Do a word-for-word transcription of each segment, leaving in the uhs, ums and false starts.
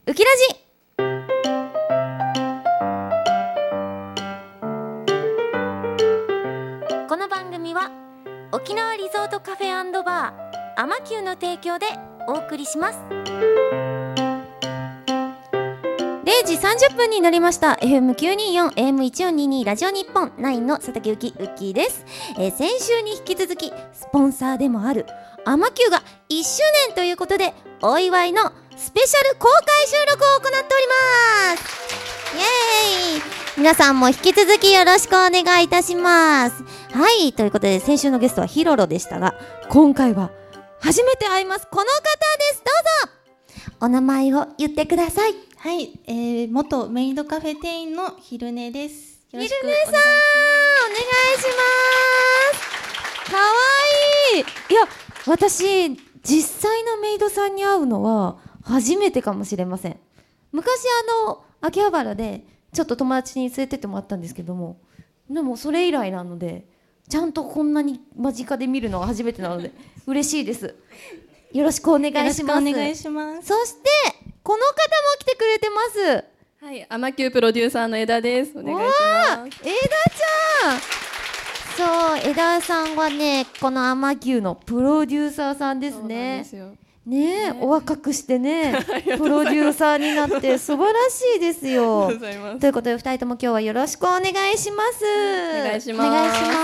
ウキラジ。この番組は沖縄リゾートカフェ&バーアマキューの提供でお送りします。れいじさんじゅっぷんになりました。 エフエムきゅうにーよん エーエムせんよんひゃくにじゅうに ラジオ日本ナインの佐竹うきウッキーです。えー、先週に引き続きスポンサーでもあるアマキューがいっしゅうねんということで、お祝いのスペシャル公開収録を行っております。イエーイ。皆さんも引き続きよろしくお願いいたします。はい、ということで先週のゲストはヒロロでしたが、今回は初めて会います。この方です。どうぞお名前を言ってください。 はい、えー、元メイドカフェ店員のひるねです。 ひるねさん、お願いします。かわいい。いや、私実際のメイドさんに会うのは初めてかもしれません。昔あの秋葉原でちょっと友達に連れてってもらったんですけども、でもそれ以来なので、ちゃんとこんなに間近で見るのは初めてなので嬉しいです。よろしくお願いします。 お願いします。 そしてこの方も来てくれてます。 はい、アマキュープロデューサーの枝です。お願いします。 枝ちゃん。そう、枝さんはね、このアマキューのプロデューサーさんですね。 そうなんですよ。 ねえ、 ね、 お若くしてねプロデューサーになって素晴らしいですよ。 ありがとうございます。 ということでふたりとも今日はよろしくお願いします。 お願いします。 お願いします。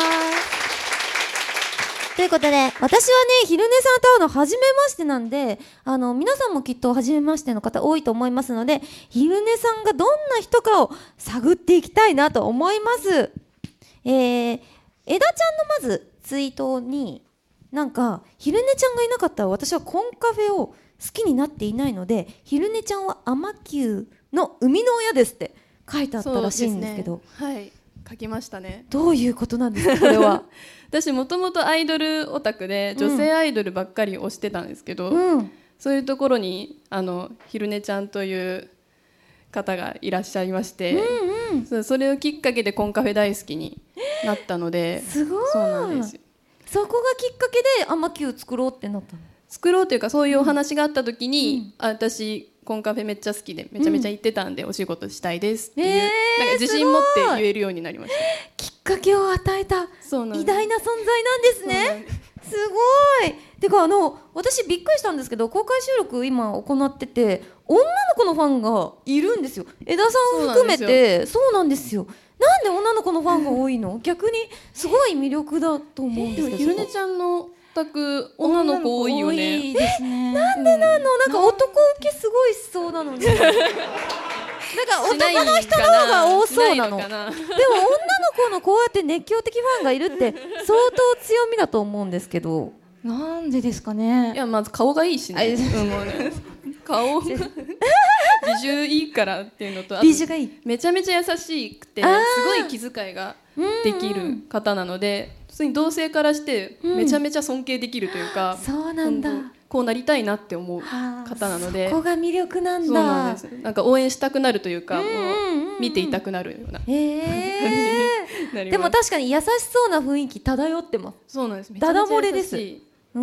ということで、私はね、ひるねさんと会うの初めましてなんで、あの皆さんもきっと初めましての方多いと思いますので、ひるねさんがどんな人かを探っていきたいなと思います。えー、枝ちゃんのまずツイートになんか、ひるねちゃんがいなかったら私はコンカフェを好きになっていないので、ひるねちゃんはアマキューの生みの親ですって書いてあったらしいんですけど、 ね、はい書きましたね。 どういうことなんですかこれは。 私もともとアイドルオタクで女性アイドルばっかり推してたんですけど、うん、そういうところにあのひるねちゃんという方がいらっしゃいまして、うんうん、そ, それをきっかけでコンカフェ大好きになったので、 すごい。 そうなんですよ。 そこがきっかけでアマキュー作ろうってなったの。 作ろうというか、そういうお話があった時に、うん、あ、私コンカフェめっちゃ好きでめちゃめちゃ行ってたんで、うん、お仕事したいですっていう、えー、なんか自信持って言えるようになりました。 きっかけを与えた偉大な存在なんですね。すごい。てかあの私びっくりしたんですけど、公開収録今行ってて女の子のファンがいるんですよ。枝さん含めて。そうなんですよ。なんで女の子のファンが多いの？逆にすごい魅力だと思うんですけど。 ひるねちゃんの全く女の子多いよね。 いいですね。なんでなの？なんか男受けすごいしそうなのに。なんか男の人の方が多そうなの。でも女の子のこうやって熱狂的ファンがいるって相当強みだと思うんですけど。 なんでですかね。 いや、まず顔がいいしね。うん、もうね顔美女いいからっていうのと、あと美女がいい。 めちゃめちゃ優しくてすごい気遣いができる方なので、普通に同性からしてめちゃめちゃ尊敬できるというか、 うん、そうなんだ。 こうなりたいなって思う方なので、 そこが魅力なんだ。 そうなんです。なんか応援したくなるというか、もう見ていたくなるような感じになります。 でも確かに優しそうな雰囲気漂ってます。 そうなんです。 ダダ漏れです。うん、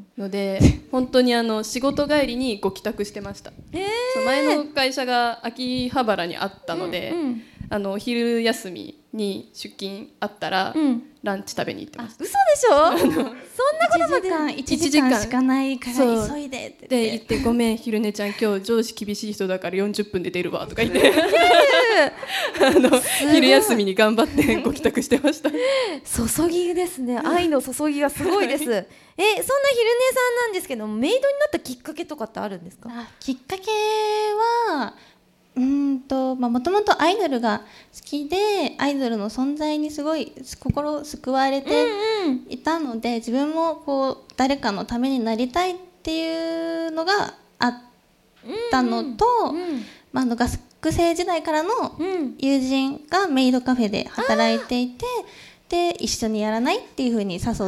ので本当にあの仕事帰りにご帰宅してました。 えー、 そう前の会社が秋葉原にあったので、うんうん、あの昼休みに出勤あったら、うん、ランチ食べに行ってました。 嘘でしょ？そんなことまでいちじかんしかないから急いでってで言って、ごめんひるねちゃん今日上司厳しい人だからよんじゅっぷんで出るわとか言ってあの昼休みに頑張ってご帰宅してました。 注ぎですね。愛の注ぎがすごいです。はい、え、そんなひるねさんなんですけど、メイドになったきっかけとかってあるんですか？ あ、きっかけはうんと、まあ、もともとアイドルが好きで、アイドルの存在にすごい心救われていたので、うんうん、自分もこう誰かのためになりたいっていうのがあったのと、うんうんまあ、あの学生時代からの友人がメイドカフェで働いていて、で一緒にやらないっていう風に誘って、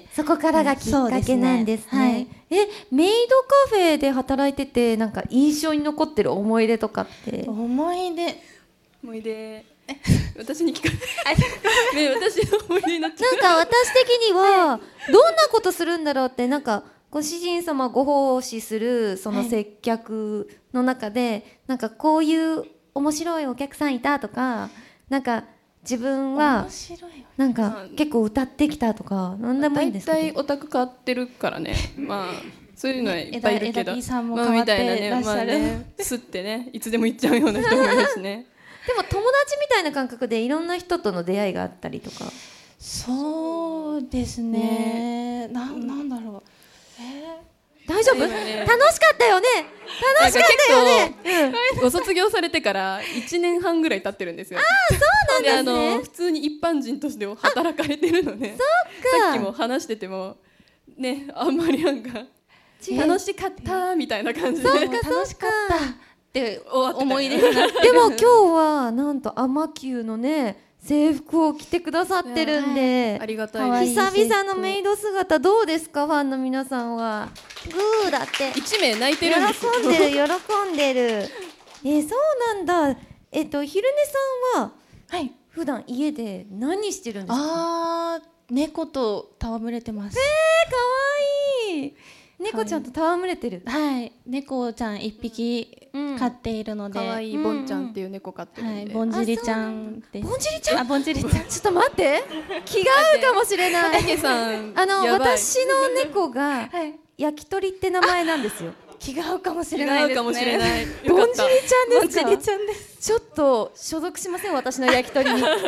そこからがきっかけなんですね。はい、え、メイドカフェで働いててなんか印象に残ってる思い出とかって？ 思い出思い出私に聞かれね、私の思い出になっちゃう。 なんか私的にはどんなことするんだろうって、なんかこご主人様ご奉仕するその接客の中で、はい、なんかこういう面白いお客さんいたとか、なんか自分はなんか結構歌ってきたとか、なんでもいいんですけど。 大体オタク変わってるからね。まあそういうのはいっぱいいるけど、 枝木さんも変わってらっしゃる、 まあ、ね、すってね、いつでも行っちゃうような人もいるしね。 でも友達みたいな感覚でいろんな人との出会いがあったりとか。 そうですね。な、なんだろう。 えー、大丈夫？ね、楽しかったよね。楽しかったよね。 うん、ご卒業されてからいちねんはんぐらい経ってるんですよ。 ああ、そうなんですね。 で、あの普通に一般人として働かれてるので、さっきも話しててもね、あんまりなんか楽しかったみたいな感じで、 そうか楽しかったって思い出になって。でも今日はなんとアマキューのね制服を着てくださってるんで、 はい、ありがたい。 久々のメイド姿どうですか、ファンの皆さんは。グーだって一名泣いてるんですよ。 喜んでる喜んでる。えー、そうなんだ。えっとひるねさんは、はい、普段家で何してるんですか？ あー、猫と戯れてます。 えー、かわいい。猫ちゃんと戯れてる。 はい、猫ちゃん一匹飼っているので、 可愛いボンちゃんっていう猫飼ってるんで、 はい、ボンジリちゃんです。 ボンジリちゃん？ あ、ボンジリちゃん。 ちょっと待って、気が合うかもしれない。 竹さん、 あの私の猫が焼き鳥って名前なんですよ。 気が合うかもしれないですね。 気が合うかもしれない。 ボンジリちゃんですか？ ボンジリちゃんです。 ちょっと所属しません、私の焼き鳥に。やばい。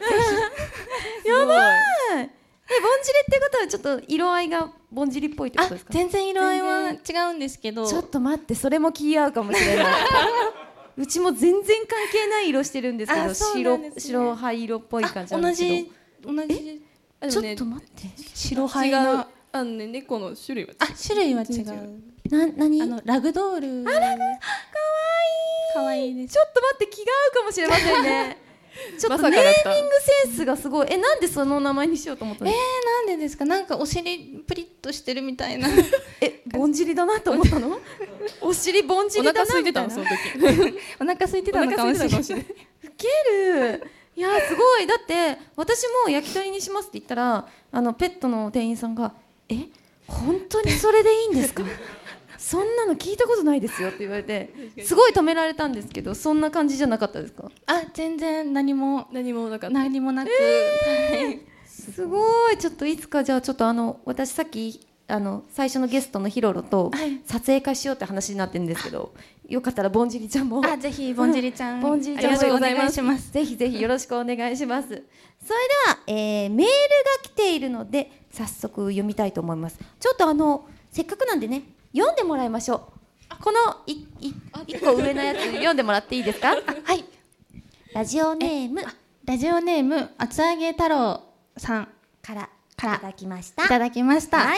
え、ボンジリってことはちょっと色合いがボンジリっぽいってことですか？ 全然色合いは違うんですけど。 ちょっと待って、それも気合うかもしれない。うちも全然関係ない色してるんですけど、 ね、 白白灰色っぽい感じなんですけど。同じ同じ。 え、ちょっと待って。 白灰な。 あのね、猫の種類は違う。 あ、種類は違う。 な、何？ あのラグドール。 あ、ラグ、かわいい。 かわいいです。 ちょっと待って、気が合うかもしれませんね。ちょっとネーミングセンスがすごい。え、なんでその名前にしようと思ったの？ えー、なんでですか？なんかお尻プリッとしてるみたいな。 え、ぼんじりだなと思ったの？お尻ぼんじりだなみたいな。 お腹空いてたの、その時。 お腹空いてたのかもしれない。ウケる。いやすごい。だって私も焼き鳥にしますって言ったら、あのペットの店員さんが、え、本当にそれでいいんですか？そんなの聞いたことないですよって言われて、すごい止められたんですけど、そんな感じじゃなかったですか？ あ、全然何も何もなかった。 何もなく、 えーはい、すごい。ちょっといつかじゃあちょっとあの私さっきあの最初のゲストのヒロロと撮影会しようって話になってるんですけど、よかったらぼんじりちゃんも、 あ、ぜひぼんじりちゃん、 ぼんじりちゃんもお願いします。ぜひぜひよろしくお願いします。それでは、えー、メールが来ているので早速読みたいと思います。ちょっとあのせっかくなんでね、読んでもらいましょう。このいいいっこ上のやつ読んでもらっていいですか？ はい。 ラジオネームラジオネーム厚揚げ太郎さんからいただきました。 いただきました。 はい。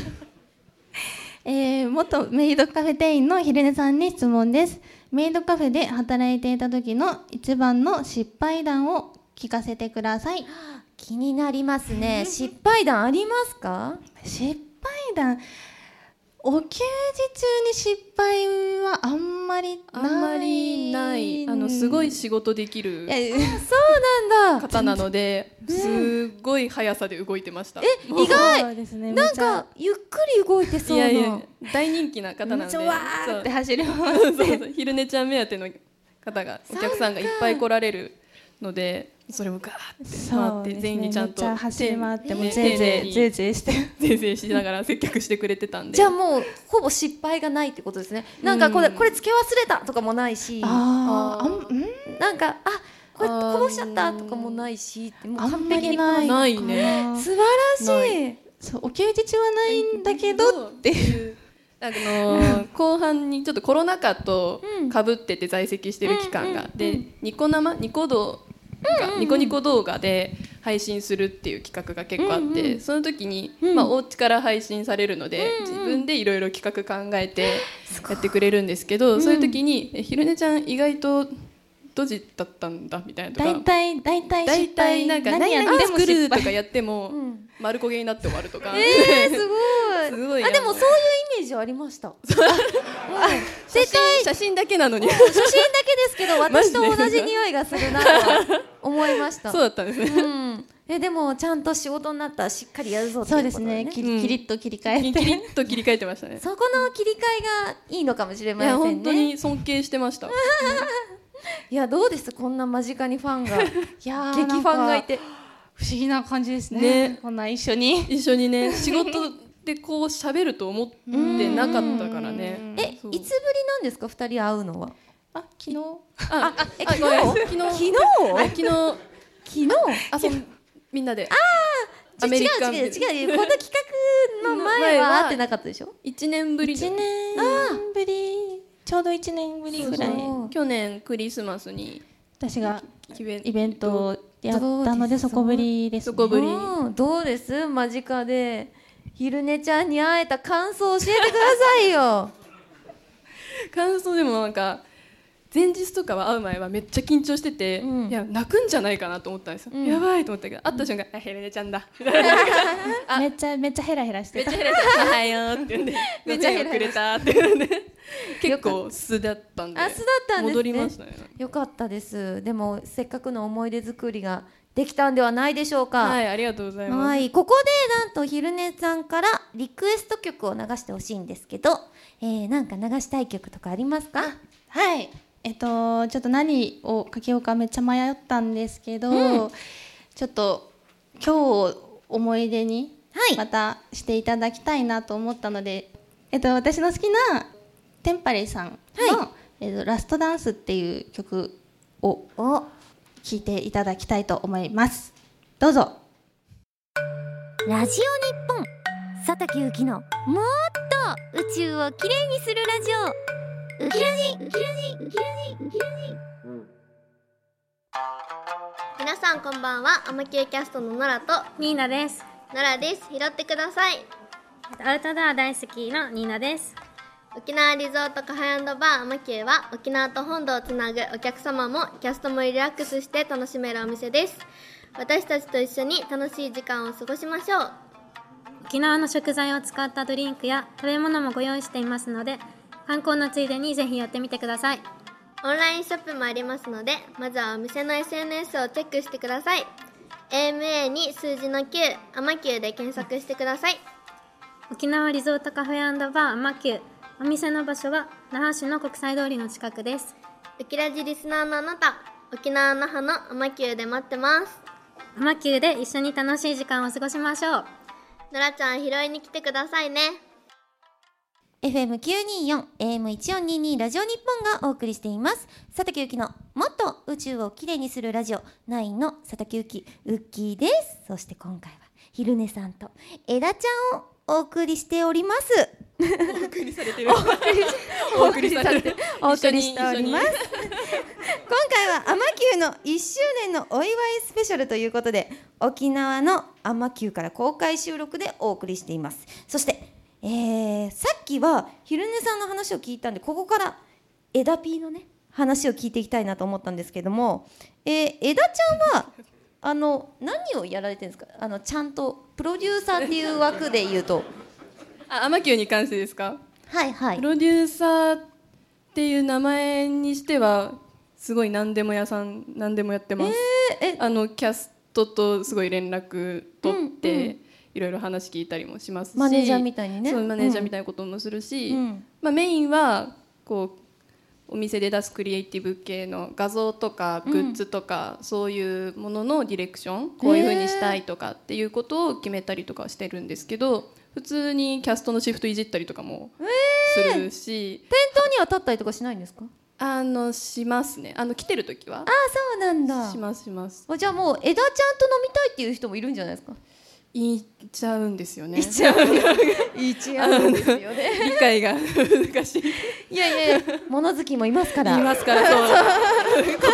えー、元メイドカフェ店員のひるねさんに質問です。メイドカフェで働いていた時の一番の失敗談を聞かせてください。 気になりますね。失敗談ありますか？ 失敗談、お給仕中に失敗はあんまりない。 あんまりない。あのすごい仕事できるそうなんだ方なので、すごい速さで動いてました。 え、意外ですね。 なんかゆっくり動いてそうな。 いやいや、大人気な方なので、 わーって走り回って、 そうそうそう、ひるねちゃん目当ての方がお客さんがいっぱい来られるので、それをガーって回って、全員にちゃんとめっちゃ走り回ってもねぜいぜいぜいぜいしてぜいぜいしながら接客してくれてたんで。 じゃあもうほぼ失敗がないってことですね。なんかこれ、これ付け忘れたとかもないし、 ああ、 なんかあこれこぼしちゃったとかもないし、もう完璧にないないね。 素晴らしい。 そう、お給仕中はないんだけどっていう。 あの後半にちょっとコロナ禍とかぶってて在籍してる期間が、でニコ生ニコ動がニコニコ動画で配信するっていう企画が結構あって、その時に、まあ、お家から配信されるので、自分でいろいろ企画考えてやってくれるんですけど、そういう時に「ひるねちゃん意外とドジだったんだ」みたいなとか、 大体大体大体なんか何やっても作るとかやっても丸焦げになって終わるとか。 えー、すごい。 すごい。 あ、でもそういうイメージはありました。 絶対写真だけなのに。 写真だけですけど、私と同じ匂いがするなと思いました。 そうだったんですね。 うん。 えでもちゃんと仕事になったらしっかりやるぞっていうことそうですね、キうんリキリっと切り替えて、 キリッと切り替えてましたね。 そこの切り替えがいいのかもしれいやませんね。 本当に尊敬してました。 いやどうです、こんな間近にファンがいやー激ファンがいて、 不思議な感じですね。 ねこんな一緒に一緒にね仕事でこう喋ると思ってなかったからね。 えいつぶりなんですか二人会うのは。 あ昨日ああえあごめん昨日昨日昨日昨日遊んみんなであアメリカン違う違う違うこの企画の前は会ってなかったでしょ。 一年ぶり一年ぶり、ちょうど一年ぶりぐらい、 そう去年クリスマスに私がイベンイベントをやったのでそこぶりですね。 そこぶりうんどうです間近で昼寝ちゃんに会えた感想教えてくださいよ。 感想でもなんか前日とかは会う前はめっちゃ緊張してて、 うんいや泣くんじゃないかなと思ったんですよ、 うんやばいと思ったけど会った瞬間、あヘレネちゃんだあめっちゃめっちゃヘラヘラしてた。 めっちゃヘレちゃんおはようって言うんでめっちゃヘラヘラくれたって言うんで結構素だったんであ素だったんですね。 戻りましたね。 よかったです。でもせっかくの思い出作りができたんではないでしょうか。 はいありがとうございます。 はい、ここでなんと昼寝さんからリクエスト曲を流してほしいんですけど、えー、なんか流したい曲とかありますか？ はいえっとちょっと何をかけようかめっちゃ迷ったんですけど、 うんちょっと今日思い出にはいまたしていただきたいなと思ったので、えっと私の好きなテンパレイさんの、 はえっとラストダンスっていう曲をお聴いていただきたいと思います。どうぞ。 ラジオ日本佐竹ゆきのもっと宇宙をきれいにするラジオウキラジウキラジウキラジウキラジ。 皆さんこんばんは。アマキューキャストのノラとニーナです。 ノラです。拾ってください。 アウトドア大好きのニーナです。 沖縄リゾートカフェ&バーアマキューは沖縄と本土をつなぐお客様もキャストもリラックスして楽しめるお店です。私たちと一緒に楽しい時間を過ごしましょう。 沖縄の食材を使ったドリンクや食べ物もご用意していますので、観光のついでにぜひ寄ってみてください。 オンラインショップもありますので、まずはお店の エスエヌエス をチェックしてください。 エーエムエー に数字のきゅうアマキューで検索してください。 沖縄リゾートカフェ&バーアマキュー、お店の場所は那覇市の国際通りの近くです。 ウキラジリスナーのあなた、沖縄那覇のアマキューで待ってます。 アマキューで一緒に楽しい時間を過ごしましょう。 ノラちゃん拾いに来てくださいね。 エフエムきゅうにーよん エーエムいちよんにーにー ラジオ日本がお送りしています佐竹ゆきのもっと宇宙をきれいにするラジオナインの佐竹ゆきウッキーです。そして今回は昼寝さんと枝ちゃんをお送りしておりますお送りされてるお送りされてるお送りしております今回はアマキューのいっしゅうねんのお祝いスペシャルということで沖縄のアマキューから公開収録でお送りしています。そしてえー、さっきは昼寝さんの話を聞いたんでここから枝 P のね話を聞いていきたいなと思ったんですけども、えー、枝ちゃんはあの何をやられてるんですか？あのちゃんとプロデューサーっていう枠で言うとあアマキューに関してですか？ はいはいプロデューサーっていう名前にしてはすごい何でも屋さん何でもやってます、 えー、えあのキャストとすごい連絡取って、 うんうんいろいろ話聞いたりもしますしマネージャーみたいにねそうマネージャーみたいなこともするし、 うんまあ、メインはこうお店で出すクリエイティブ系の画像とかグッズとか、うん、そういうもののディレクションこういう風にしたいとかっていうことを決めたりとかしてるんですけど普通にキャストのシフトいじったりとかもするし、 店頭には立ったりとかしないんですか？ あのしますねあの来てる時はああそうなんだしますしますじゃあもう枝ちゃんと飲みたいっていう人もいるんじゃないですか？ 言っちゃうんですよね言っちゃう言っちゃうんですよね理解が難しいいやいやいや物好きもいますから言いますからそう違う違う違うあのそういう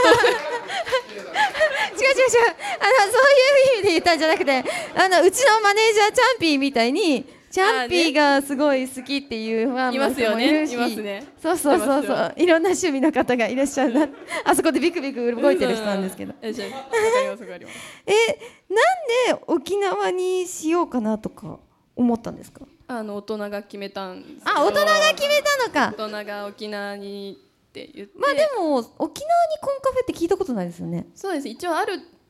意味で言ったんじゃなくてあのうちのマネージャーチャンピーみたいにチャンピーがすごい好きっていうファンの人もいるしいますよねいますねそうそうそうそういろんな趣味の方がいらっしゃるなあそこでビクビク動いてる人なんですけどえじゃあわかりますわかりますえなんで沖縄にしようかなとか思ったんですか？ あの大人が決めたんですけどあ大人が決めたのか大人が沖縄にって言ってまあでも沖縄にコンカフェって聞いたことないですよね。 そうです一応ある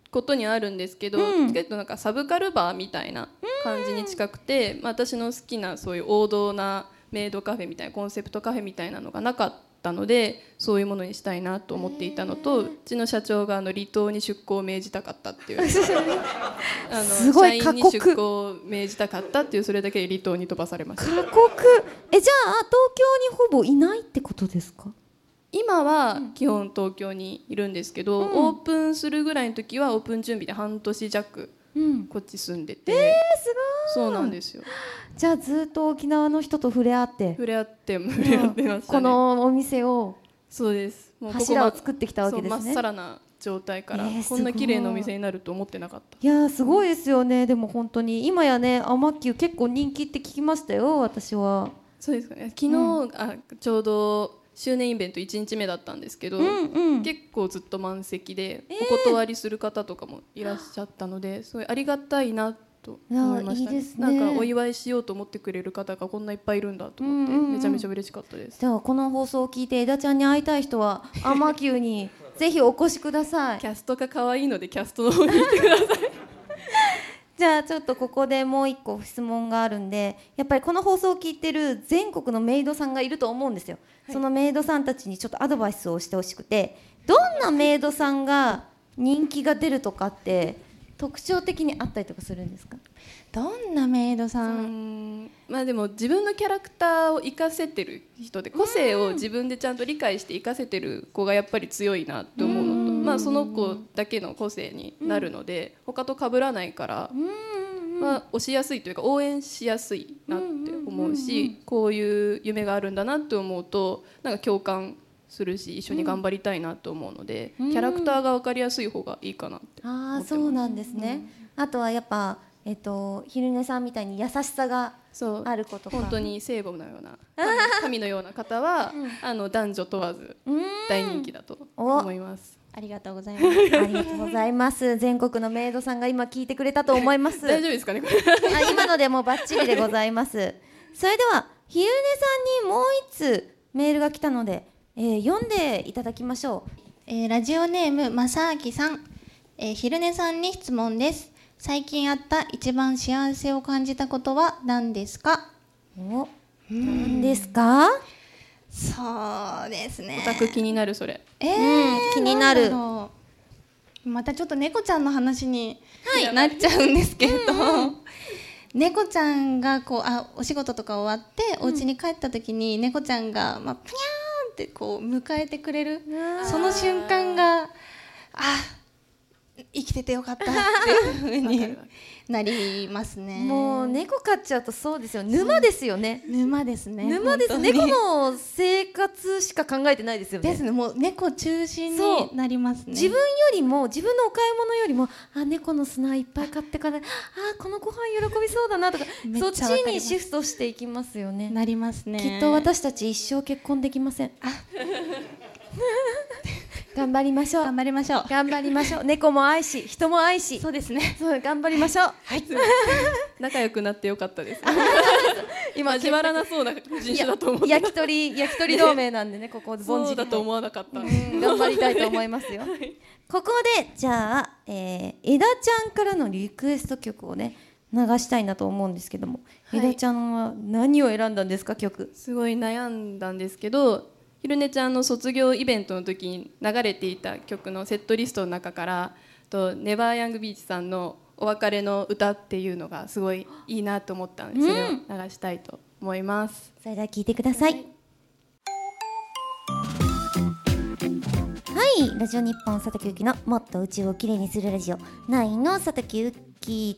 ことにあるんですけど、 うん、 結構なんかサブカルバーみたいな感じに近くて、まあ、私の好きなそういう王道なメイドカフェみたいなコンセプトカフェみたいなのがなかったので、そういうものにしたいなと思っていたのと、うちの社長があの離島に出向を命じたかったっていうあのすごい過酷、 社員に出向を命じたかったっていう、それだけで離島に飛ばされました。 過酷。え、じゃあ東京にほぼいないってことですか？ 今は基本東京にいるんですけど、うん、オープンするぐらいの時はオープン準備で半年弱こっち住んでて、 うん、えー、すごい。そうなんですよ。 じゃあずっと沖縄の人と触れ合って触れ合って触れ合ってましたね、 このお店を、 そうです、 もう柱を作ってきたわけですね。 まっさらな状態から、えー、こんな綺麗なお店になると思ってなかった。 いやすごいですよね。でも本当に今やね、アマキュー結構人気って聞きましたよ、私は。 そうですかね。昨日、うん、あちょうど周年イベントいちにちめだったんですけど、うんうん、結構ずっと満席で、えー、お断りする方とかもいらっしゃったので、すごいありがたいなと思いました、ね。いいですね。なんかお祝いしようと思ってくれる方がこんないっぱいいるんだと思って、うんうんうん、めちゃめちゃ嬉しかったです。 じゃあこの放送を聞いて枝ちゃんに会いたい人はアマキューにぜひお越しください。 キャストが可愛いのでキャストの方に行ってください。 じゃあちょっとここでもう一個質問があるんで、やっぱりこの放送を聞いてる全国のメイドさんがいると思うんですよ、はい、そのメイドさんたちにちょっとアドバイスをしてほしくて、どんなメイドさんが人気が出るとかって特徴的にあったりとかするんですか？ どんなメイドさん、 まあ、でも自分のキャラクターを生かせてる人で、個性を自分でちゃんと理解して生かせてる子がやっぱり強いなと思うのと、まあ、その子だけの個性になるので他と被らないから、まあ、推しやすいというか応援しやすいなって思うし、こういう夢があるんだなって思うとなんか共感するし、一緒に頑張りたいなと思うので、キャラクターが分かりやすい方がいいかなって思ってます。 あ、そうなんですね、うん、あとはやっぱえっと、昼寝さんみたいに優しさがあることか、 本当に聖母のような神のような方は、うん、あの男女問わず大人気だと思います。 ありがとうございます。 ありがとうございます。全国のメイドさんが今聞いてくれたと思います。 大丈夫ですかね、これ。 あ、今のでもうバッチリでございます。それでは昼寝さんにもう一通メールが来たので、えー、読んでいただきましょう。 えー、ラジオネームまさあきさん、えー、昼寝さんに質問です。最近あった一番幸せを感じたことは何ですか？ お、何ですか？ そうですね。 オタク気になるそれ。 えー、 うん、気になる。 またちょっと猫ちゃんの話になっちゃうんですけれど、はい、猫ちゃんがこうあお仕事とか終わってお家に帰った時に、うん、猫ちゃんがまあぷにゃーってこう迎えてくれるその瞬間があ生きててよかったっていう風になりますね。 もう猫飼っちゃうとそうですよ、沼ですよね。 沼ですね。 沼です。猫の生活しか考えてないですよね。 ですね。もう猫中心になりますね。 自分よりも自分のお買い物よりもあ猫の砂いっぱい買ってからあこのご飯喜びそうだなとかそっちにシフトしていきますよね。 なりますね。 きっと私たち一生結婚できません。あ頑張りましょう。 頑張りましょう。 頑張りましょう。猫も愛し、人も愛し。 そうですね。 そう頑張りましょう。 はい。仲良くなってよかったです。今決まらなそうな人種だと思って。 焼き鳥焼き鳥同盟なんでね、ここでそうだと思わなかった。 頑張りたいと思いますよ。はい、ここでじゃあ、えー、枝ちゃんからのリクエスト曲をね流したいなと思うんですけども、はい、枝ちゃんは何を選んだんですか？曲。 すごい悩んだんですけど。ひるねちゃんの卒業イベントの時に流れていた曲のセットリストの中からとネバーヤングビーチさんのお別れの歌っていうのがすごいいいなと思ったので、それを流したいと思います、 うん、それでは聴いてください。はい、はい、ラジオ日本佐竹ゆきのもっと宇宙をきれいにするラジオナインの佐竹ゆき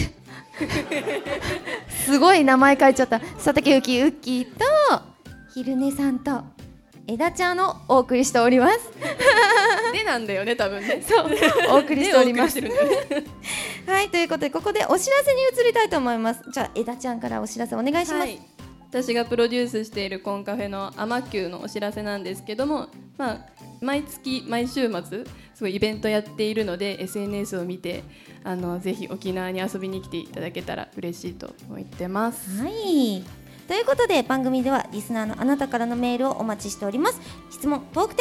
すごい名前変えちゃった。佐竹ゆきウッキーとひるねさんと枝ちゃんをお送りしております。 でなんだよね多分ね。 そうお送りしております。はい、ということでここでお知らせに移りたいと思います。じゃあ枝ちゃんからお知らせお願いします。はい、 私がプロデュースしているコンカフェのアマキューのお知らせなんですけども、まあ、毎月毎週末すごいイベントやっているので エスエヌエス を見てあのぜひ沖縄に遊びに来ていただけたら嬉しいと思ってます。 はい、ということで番組ではリスナーのあなたからのメールをお待ちしております。質問、トークテーマ、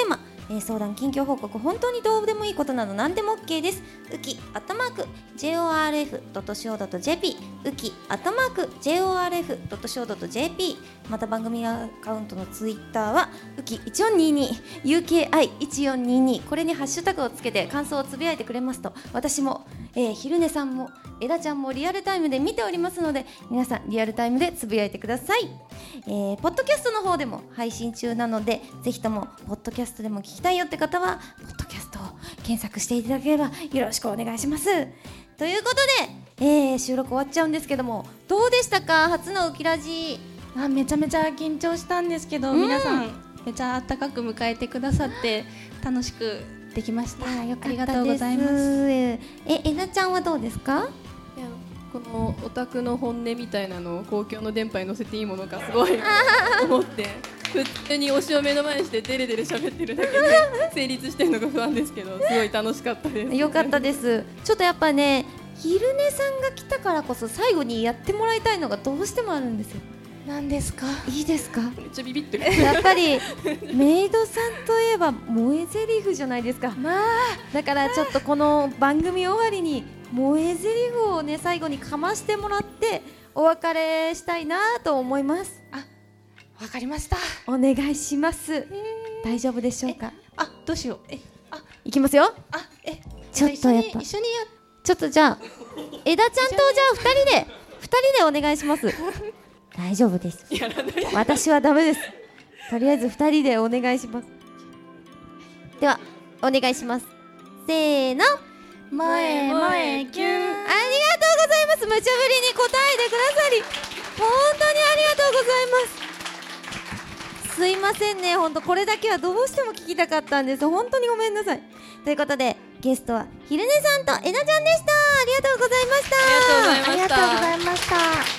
えー、相談近況報告本当にどうでもいいことなど何でも OK です。ウキアットマーク ジェイオーアールエフドットショードットジェーピー ウキアットマーク ジェイオーアールエフドットショードットジェーピー また番組アカウントのツイッターはウキいちよんにーにー ユーケーアイいちよんにーにー これにハッシュタグをつけて感想をつぶやいてくれますと私も、えー、昼寝さんも枝ちゃんもリアルタイムで見ておりますので皆さんリアルタイムでつぶやいてください。えー、ポッドキャストの方でも配信中なのでぜひともポッドキャストでも聞きたいよって方はポッドキャストを検索していただければよろしくお願いします。ということで、えー、収録終わっちゃうんですけどもどうでしたか初のウキラジ。 あめちゃめちゃ緊張したんですけど、うん、皆さんめちゃ温かく迎えてくださって楽しくできました。 あよかったです。 ありがとうございます。 ええなちゃんはどうですか。 いやこのオタクの本音みたいなのを公共の電波に乗せていいものかすごい思って普通に推しを目の前にしてデレデレ喋ってるだけで成立してるのが不安ですけどすごい楽しかったです。 よかったです。ちょっとやっぱね昼寝さんが来たからこそ最後にやってもらいたいのがどうしてもあるんですよ。 何ですか。 いいですか。 めっちゃビビってる。 やっぱりメイドさんといえば萌えゼリフじゃないですか。まあだからちょっとこの番組終わりに萌えゼリフをね最後にかましてもらってお別れしたいなと思います。 あ、わかりました。 お願いします。大丈夫でしょうか。 あ、どうしよう。え、あ、 いきますよ。 あ、え、 ちょっとやっぱ一緒にやちょっとじゃあ枝ちゃんとじゃあふたりでふたりでお願いします。大丈夫です。私はダメです。とりあえずふたりでお願いします。ではお願いします。せーの。 前前キュン。 ありがとうございます。無茶ぶりに答えてくださり本当にありがとうございます。すいませんね、本当これだけはどうしても聞きたかったんです。本当にごめんなさい。ということでゲストは昼寝さんとえなちゃんでした。ありがとうございました。 ありがとうございました。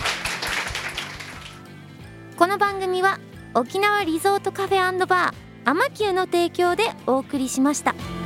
この番組は沖縄リゾートカフェ&バーアマキューの提供でお送りしました。